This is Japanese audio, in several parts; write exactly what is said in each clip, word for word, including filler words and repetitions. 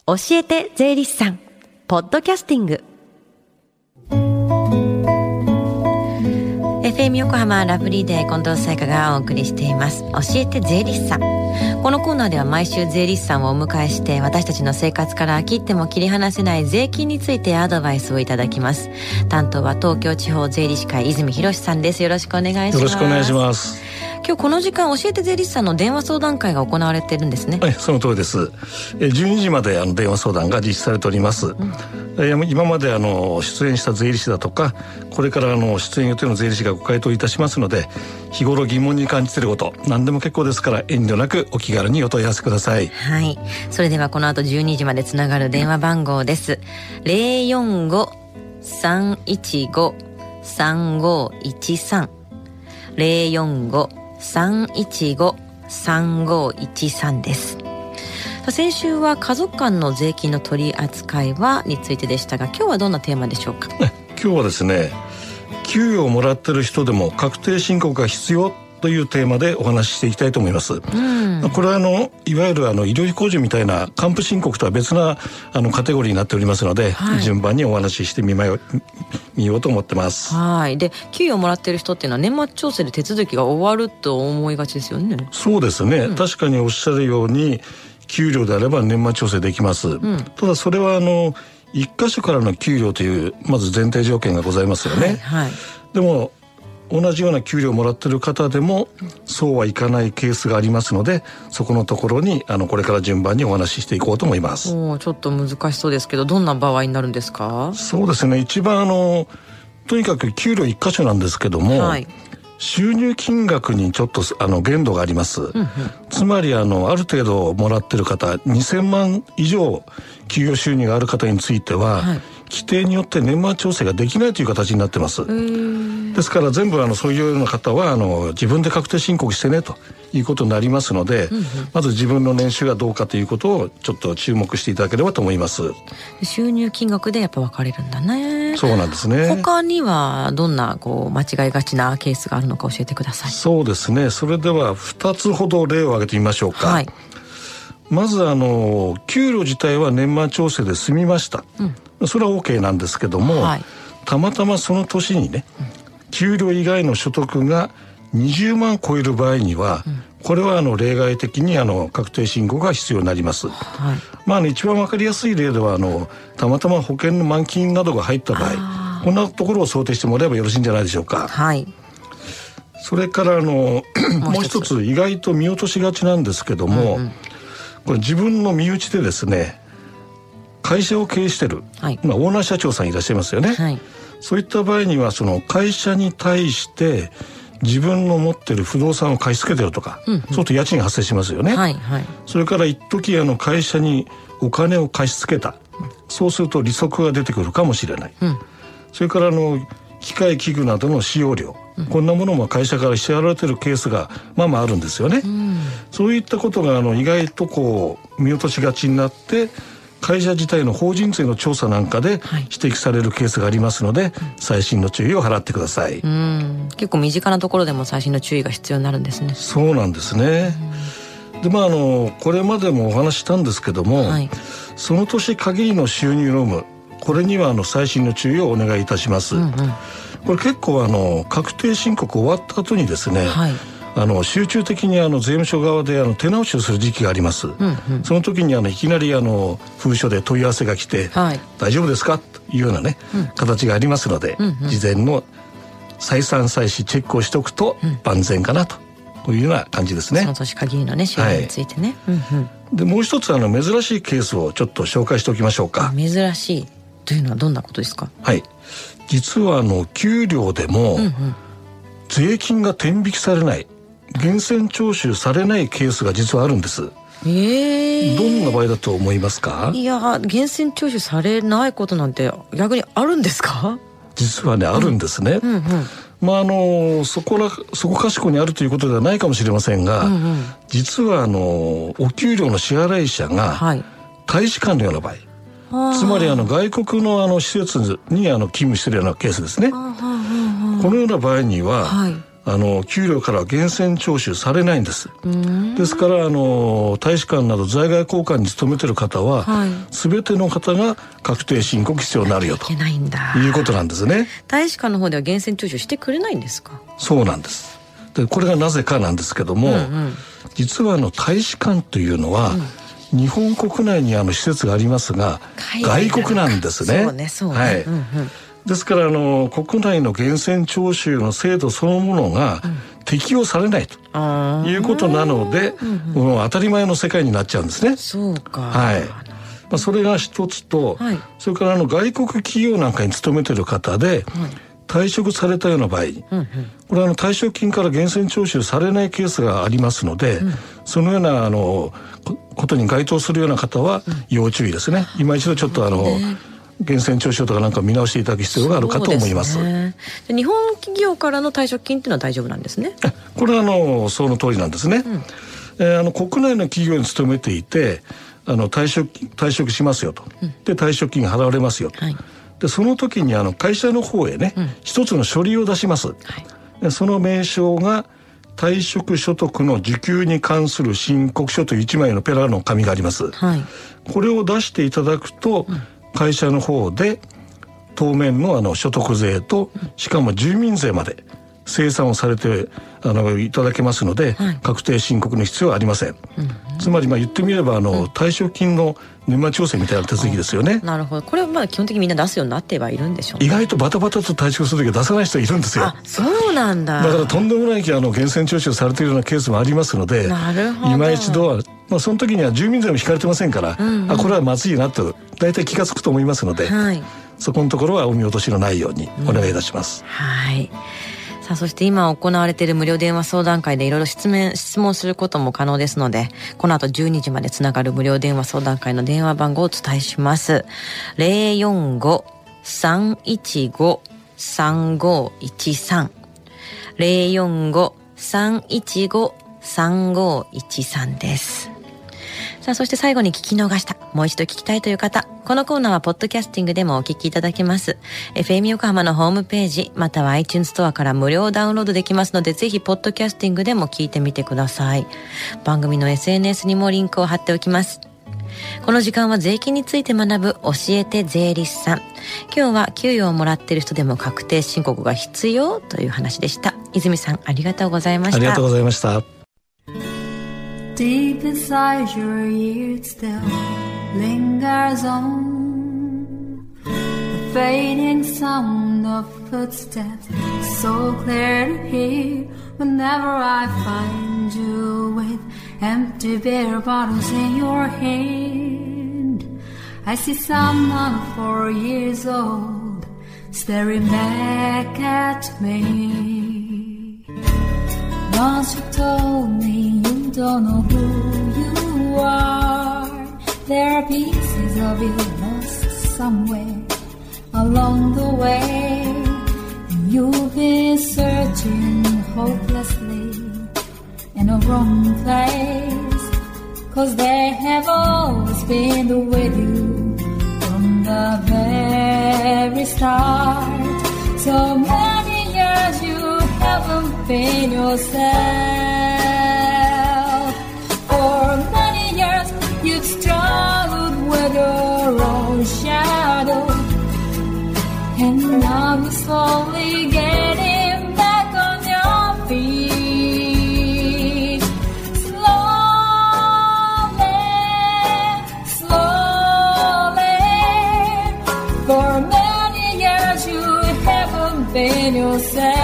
教えて税理士さんポッドキャスティング エフエム 横浜ラブリーデー近藤沙耶香がお送りしています教えて税理士さん。このコーナーでは毎週税理士さんをお迎えして私たちの生活から切っても切り離せない税金についてアドバイスをいただきます。担当は東京地方税理士会泉博さんです。よろしくお願いします。 よろしくお願いします。 今日この時間教えて税理士さんの電話相談会が行われているんですね。 はい、その通りです。じゅうにじまであの電話相談が実施されております、うん、今まであの出演した税理士だとかこれからあの出演予定の税理士がご回答いたしますので、日頃疑問に感じていること何でも結構ですから遠慮なくお気軽にお問い合わせください。 はい、それではこの後じゅうにじまでつながる電話番号です。 ゼロよんご さんいちご さんごいちさん ゼロよんご さんいちご さんごいちさん です。先週は家族間の税金の取り扱いはについてでしたが、今日はどんなテーマでしょうか。 今日はですね、給与をもらっている人でも確定申告が必要というテーマでお話ししていきたいと思います、うん、これはあのいわゆるあの医療費控除みたいな還付申告とは別なあのカテゴリーになっておりますので、はい、順番にお話ししてみまよ見ようと思ってます。 はい。で、給与をもらっている人っていうのは年末調整で手続きが終わると思いがちですよね。 そうですね、うん、確かにおっしゃるように給料であれば年末調整できます、うん、ただそれはあの一箇所からの給料というまず前提条件がございますよね、はいはい、でも同じような給料をもらっている方でもそうはいかないケースがありますので、そこのところにあのこれから順番にお話ししていこうと思います。 おちょっと難しそうですけど、どんな場合になるんですか。 そうですね、一番あのとにかく給料一箇所なんですけども、はい、収入金額にちょっとあの限度があります、うんうん、つまりあのある程度もらってる方にせんまん以上給与収入がある方については、はい、規定によって年末調整ができないという形になってます。ですから全部あのそういうような方はあの自分で確定申告してねということになりますので、うんうん、まず自分の年収がどうかということをちょっと注目していただければと思います。 収入金額でやっぱ分かれるんだね。 そうなんですね。 他にはどんなこう間違いがちなケースがあるのか教えてください。 そうですね、それではふたつほど例を挙げてみましょうか、はい、まずあの給料自体は年末調整で済みました、うん、それは OK なんですけども、はい、たまたまその年にね、うん、給料以外の所得がにじゅうまん超える場合には、うん、これはあの例外的にあの確定申告が必要になります、はい、まあ、あの一番わかりやすい例ではあのたまたま保険の満金などが入った場合、こんなところを想定してもらえばよろしいんじゃないでしょうか。はい。それからあのもう一つ意外と見落としがちなんですけども、うんうん、これ自分の身内でですね、会社を経営してる、はい、まあ、オーナー社長さんいらっしゃいますよね、はい、そういった場合にはその会社に対して自分の持ってる不動産を貸し付けてるとか、うんうん、そうすると家賃が発生しますよね、はいはい、それから一時あの会社にお金を貸し付けた、そうすると利息が出てくるかもしれない、うん、それからあの機械器具などの使用料、うん、こんなものも会社から支払われているケースがまあまああるんですよね、うん、そういったことがあの意外とこう見落としがちになって会社自体の法人税の調査なんかで指摘されるケースがありますので、はい、細心の注意を払ってください。うん、 結構身近なところでも細心の注意が必要になるんですね。 そうなんですね、うん、でまああのこれまでもお話ししたんですけども、はい、その年限りの収入の有無、これにはあの細心の注意をお願いいたします、うんうん、これ結構あの確定申告終わった後にですね、はい、あの集中的にあの税務署側であの手直しをする時期があります、うんうん、その時にあのいきなりあの封書で問い合わせが来て、はい、大丈夫ですかというようなね、うん、形がありますので、うんうん、事前の再三再四チェックをしておくと万全かなと、こういうような感じですね。 その年限りのね収入についてね、はい、うんうん、でもう一つあの珍しいケースをちょっと紹介しておきましょうか。 珍しいというのはどんなことですか。 はい、実はあの給料でも税金が天引きされない、源泉徴収されないケースが実はあるんです。えー、どんな場合だと思いますか。 いや源泉徴収されないことなんて逆にあるんですか。 実はね、あるんですね、うんうんうん、まああのそこらそこかしこにあるということではないかもしれませんが、うんうん、実はあのお給料の支払い者が大使館のような場合、はい、つまりあの外国のあの施設にあの勤務しているようなケースですね。このような場合には、はい、 あの給料からは源泉徴収されないんです。ですからあの大使館など在外公館に勤めている方は、はい、全ての方が確定申告必要になるよということなんですね。 大使館の方では源泉徴収してくれないんですか？ そうなんです。でこれがなぜかなんですけども、うんうん、実はあの大使館というのは、うん、日本国内にあの施設がありますが外国なんですね。 そうねそうね、はい、うんうん、 ですからあの国内の源泉徴収の制度そのものが適用されないということなので、うんうん、もう当たり前の世界になっちゃうんですね。 そうか、 はい、まあ、それが一つと、はい、それからあの外国企業なんかに勤めている方で、はい、退職されたような場合、うんうん、これはあの退職金から源泉徴収されないケースがありますので、うん、そのようなあのことに該当するような方は要注意ですね。今一度ちょっとあの、ね、源泉徴収とかなんか見直していただく必要があるかと思います。 そうですね。で日本企業からの退職金っていうのは大丈夫なんですね。 これはあのその通りなんですね、うん、えー、あの国内の企業に勤めていてあの退職退職しますよと、うん、で退職金払われますよと、はい、でその時にあの会社の方へね、うん、一つの書類を出します、はい、でその名称が退職所得の受給に関する申告書といういちまいのペラの紙があります、はい、これを出していただくと、うん、会社の方で当面 の, あの所得税としかも住民税まで精算をされてあのいただけますので、はい、確定申告の必要はありません、うんうん、つまりまあ言ってみればあの、うん、退職金の年末調整みたいな手続きですよね。 なるほど。これはまだ基本的にみんな出すようになってはいるんでしょうね。 意外とバタバタと退職する時は出さない人いるんですよ。 あ、そうなんだ。 だからとんでもないあの源泉徴収されているようなケースもありますので、 なるほど、 今一度は、まあ、その時には住民税も引かれてませんから、うんうん、あこれはまずいなと大体気がつくと思いますので、はい、そこのところはお見落としのないようにお願いいたします、 うん、はい。さあ、そして今行われている無料電話相談会でいろいろ質問、質問することも可能ですので、この後じゅうにじまでつながる無料電話相談会の電話番号をお伝えします。 ゼロよんご さんいちご さんごいちさん ゼロよんご さんいちご さんごいちさん です。さあ、そして最後に聞き逃した、もう一度聞きたいという方、このコーナーはポッドキャスティングでもお聞きいただけます。 エフエム 横浜のホームページまたは iTunes ストアから無料ダウンロードできますので、ぜひポッドキャスティングでも聞いてみてください。番組の エスエヌエス にもリンクを貼っておきます。この時間は税金について学ぶ教えて税理士さん。今日は給与をもらっている人でも確定申告が必要という話でした。泉さん、ありがとうございました。 ありがとうございました。 Deep inside your ears still lingers on the fading sound of footsteps, so clear to hear whenever I find you with empty beer bottles in your hand. I see someone four years old staring back at me. Once you told me you don't know who you are. There are pieces of you lost somewhere along the way, and you've been searching hopelessly in a wrong place, 'cause they have always been with you from the very start. So many years you haven't been yourself. For many years you've struggled with your own shadow, and now you're slowly getting back on your feet. Slowly, slowly. For many years you haven't been yourself.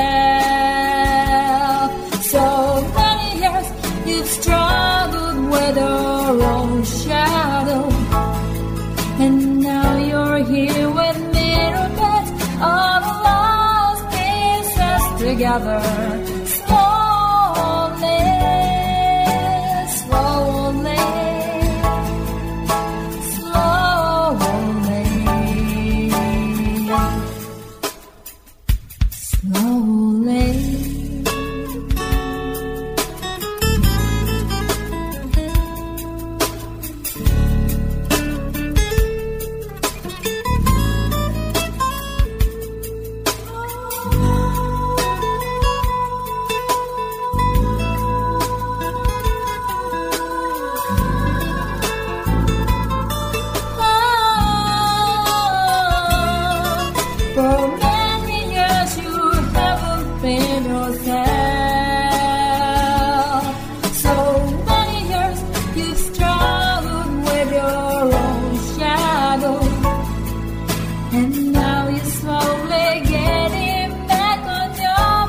So many years you've struggled with your own shadow, and now you're here with mirror bits of lost pieces together. Slowly, slowly, slowly, slowly. your own shadow, and now you're slowly getting back on your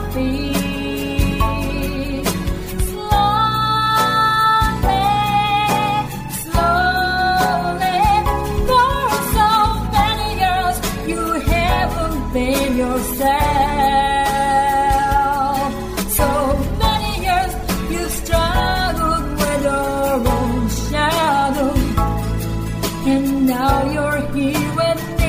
feet. Slowly, slowly, for so many years you haven't been yourself. So many years you struggled with your own shadow, and now you're here with me.